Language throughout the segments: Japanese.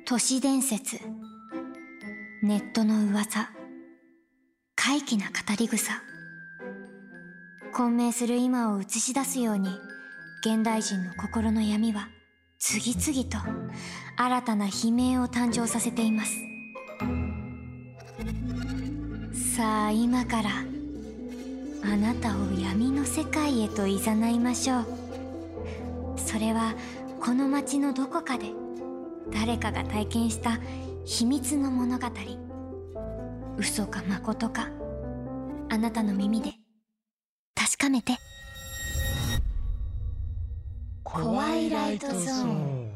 都市伝説、ネットの噂、怪奇な語り草。混迷する今を映し出すように、現代人の心の闇は次々と新たな悲鳴を誕生させています。さあ今からあなたを闇の世界へと誘いましょう。それはこの街のどこかで誰かが体験した秘密の物語。嘘か誠か、あなたの耳で確かめて。コワイライトゾーン。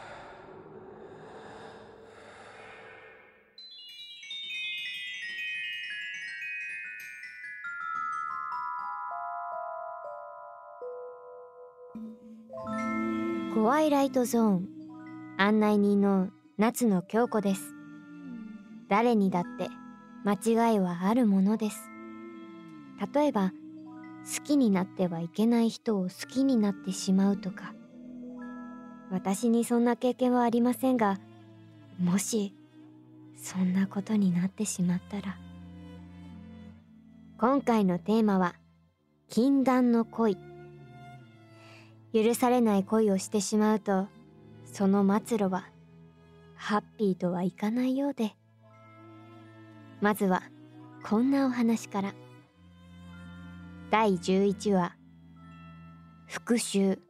コワイライトゾーン案内人の夏野京子です。誰にだって間違いはあるものです。例えば好きになってはいけない人を好きになってしまうとか。私にそんな経験はありませんが、もしそんなことになってしまったら。今回のテーマは禁断の恋。許されない恋をしてしまうと、その末路はハッピーとはいかないようで。まずはこんなお話から。第11話、復讐。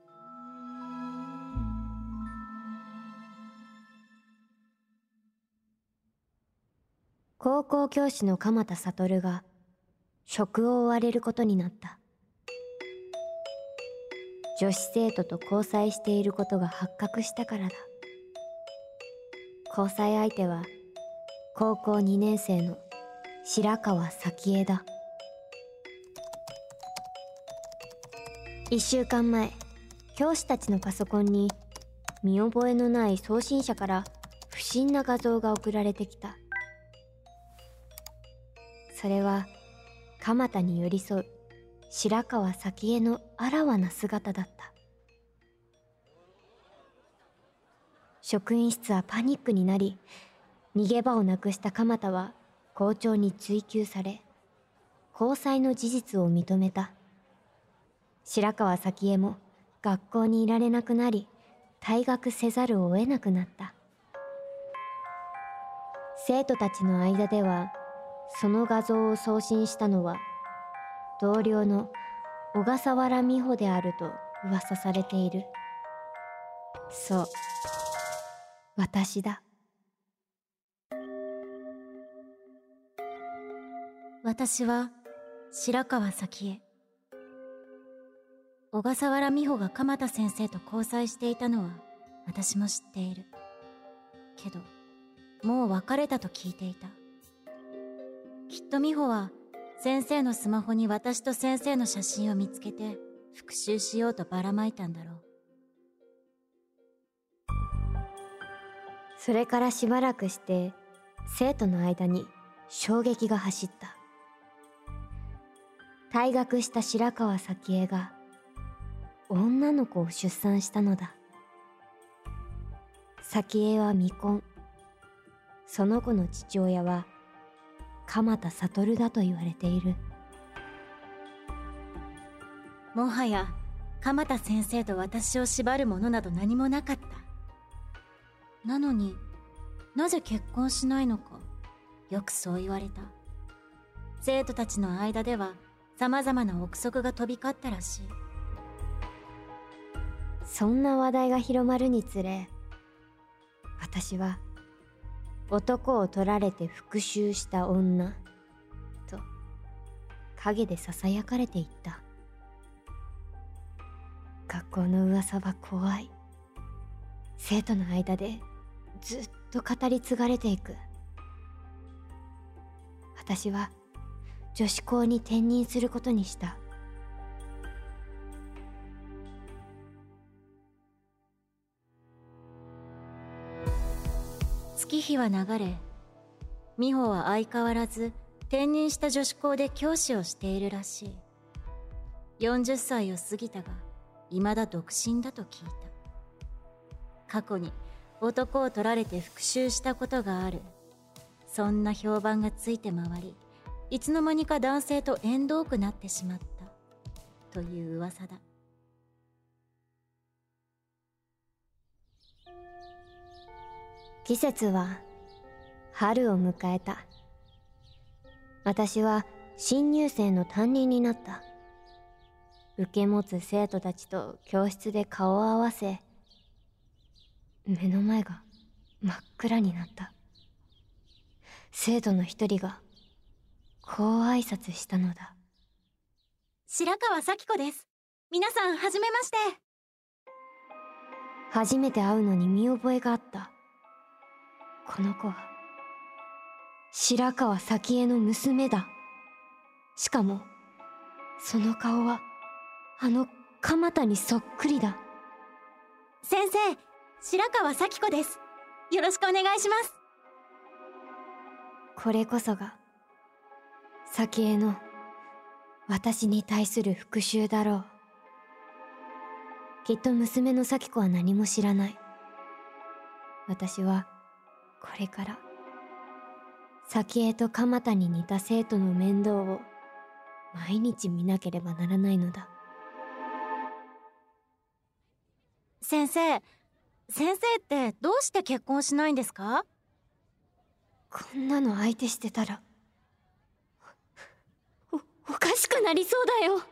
高校教師の鎌田悟が職を追われることになった。女子生徒と交際していることが発覚したからだ。交際相手は高校2年生の白川咲江だ。1週間前、教師たちのパソコンに見覚えのない送信者から不審な画像が送られてきた。それは鎌田に寄り添う白川咲江のあらわな姿だった。職員室はパニックになり、逃げ場をなくした鎌田は校長に追及され、交際の事実を認めた。白川咲江も学校にいられなくなり、退学せざるを得なくなった。生徒たちの間では、その画像を送信したのは同僚の小笠原美穂であると噂されている。そう、私だ。 私は白川咲江。小笠原美穂が鎌田先生と交際していたのは私も知っている。けど、もう別れたと聞いていた。きっと美穂は先生のスマホに私と先生の写真を見つけて復讐しようとばらまいたんだろう。 それからしばらくして生徒の間に衝撃が走った。退学した白川咲江が女の子を出産したのだ。咲江は未婚。その子の父親は鎌田悟だと言われている。 もはや鎌田先生と私を縛るものなど何もなかった。なのになぜ結婚しないのか、よくそう言われた。生徒たちの間では様々な憶測が飛び交ったらしい。 そんな話題が広まるにつれ、私は男を取られて復讐した女と陰で囁かれていった。学校の噂は怖い。生徒の間でずっと語り継がれていく。私は女子校に転任することにした。 月日は流れ、美穂は相変わらず転任した女子校で教師をしているらしい。40歳を過ぎたが、未だ独身だと聞いた。過去に男を取られて復讐したことがある。そんな評判がついて回り、いつの間にか男性と縁遠くなってしまったという噂だ。 季節は春を迎えた。私は新入生の担任になった。受け持つ生徒たちと教室で顔を合わせ、目の前が真っ暗になった。生徒の一人がこう挨拶したのだ。 白川咲子です。皆さんはじめまして。 初めて会うのに見覚えがあった。この子は白川咲江の娘だ。しかもその顔はあの鎌田にそっくりだ。 先生、白川咲子です。よろしくお願いします。 これこそが咲江の私に対する復讐だろう。きっと娘の咲子は何も知らない。私はこれから咲江と鎌田に似た生徒の面倒を毎日見なければならないのだ。 先生ってどうして結婚しないんですか？ こんなの相手してたらおかしくなりそうだよ。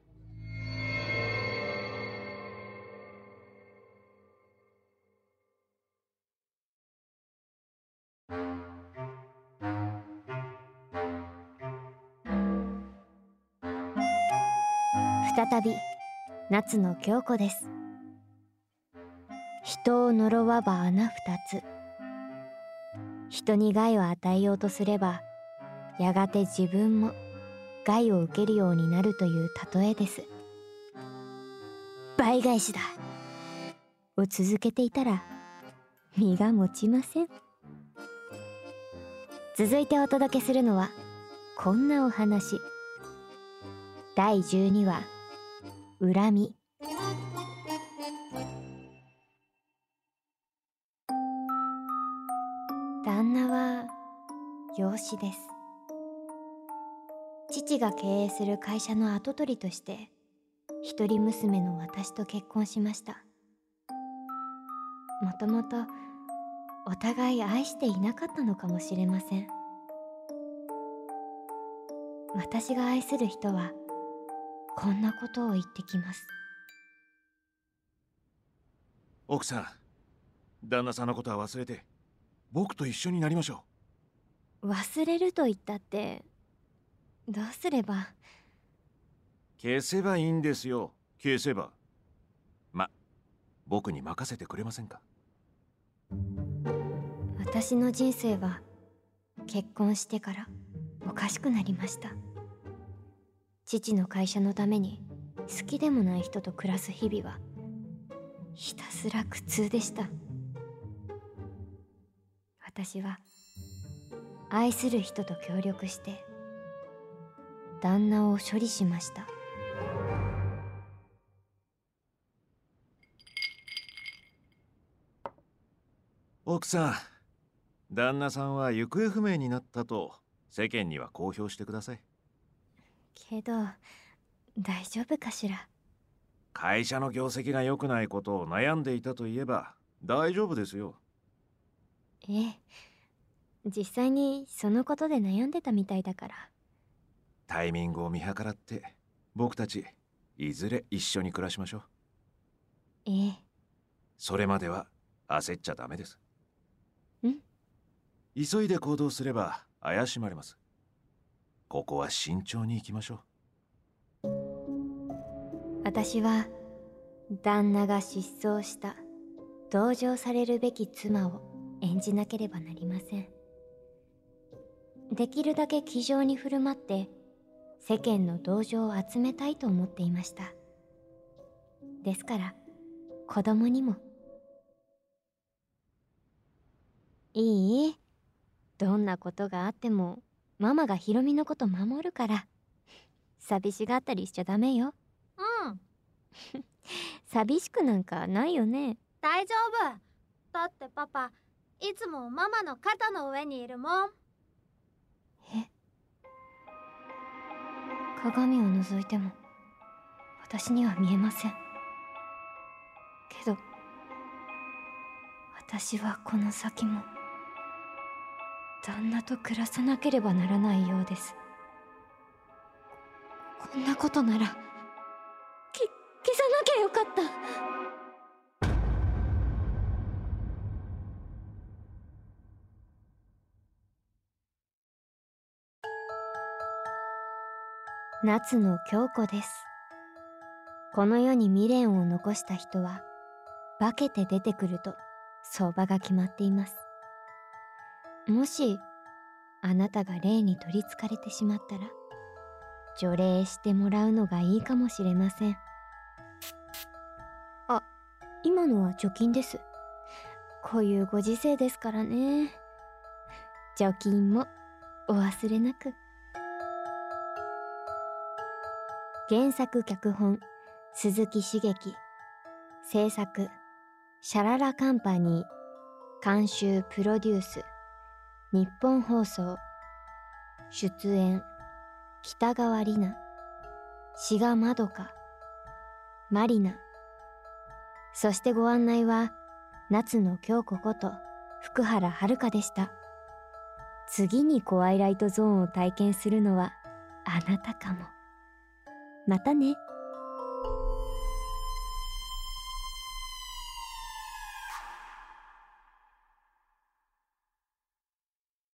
再び夏野京子です。人を呪わば穴二つ。人に害を与えようとすればやがて自分も害を受けるようになるという例えです。倍返しだを続けていたら身が持ちません。続いてお届けするのはこんなお話。第12話、恨み。旦那は養子です。父が経営する会社の跡取りとして一人娘の私と結婚しました。もともとお互い愛していなかったのかもしれません。私が愛する人はこんなことを言ってきます。 奥さん、旦那さんのことは忘れて僕と一緒になりましょう。忘れると言ったってどうすれば。 消せばいいんですよ。消せば。僕に任せてくれませんか？ 私の人生は結婚してからおかしくなりました。父の会社のために好きでもない人と暮らす日々はひたすら苦痛でした。私は愛する人と協力して旦那を処理しました。 奥さん、旦那さんは行方不明になったと世間には公表してください。 けど大丈夫かしら。 会社の業績が良くないことを悩んでいたといえば大丈夫ですよ。 ええ、実際にそのことで悩んでたみたいだから。 タイミングを見計らって僕たちいずれ一緒に暮らしましょう。 ええ。 それまでは焦っちゃダメです。 ん？ 急いで行動すれば怪しまれます。ここは慎重に行きましょう。 私は旦那が失踪した同情されるべき妻を演じなければなりません。できるだけ気丈に振る舞って世間の同情を集めたいと思っていました。ですから子供にも。いい？どんなことがあってもママがヒロミのこと守るから。寂しがったりしちゃダメよ。 うん。 寂しくなんかないよね。 大丈夫。 だってパパ、いつもママの肩の上にいるもん。 え、鏡を覗いても私には見えません。けど私はこの先も旦那と暮らさなければならないようです。こんなことなら消さなきゃよかった。夏野京子です。この世に未練を残した人は化けて出てくると相場が決まっています。もしあなたが霊に取りつかれてしまったら除霊してもらうのがいいかもしれません。あ、今のは除菌です。こういうご時世ですからね。除菌もお忘れなく。原作脚本鈴木茂樹、制作シャララカンパニー、監修プロデュース日本放送、出演北川里奈、志賀まどか、マリナ、そしてご案内は夏野京子こと福原遥でした。次にコワイライトゾーンを体験するのはあなたかも。またね。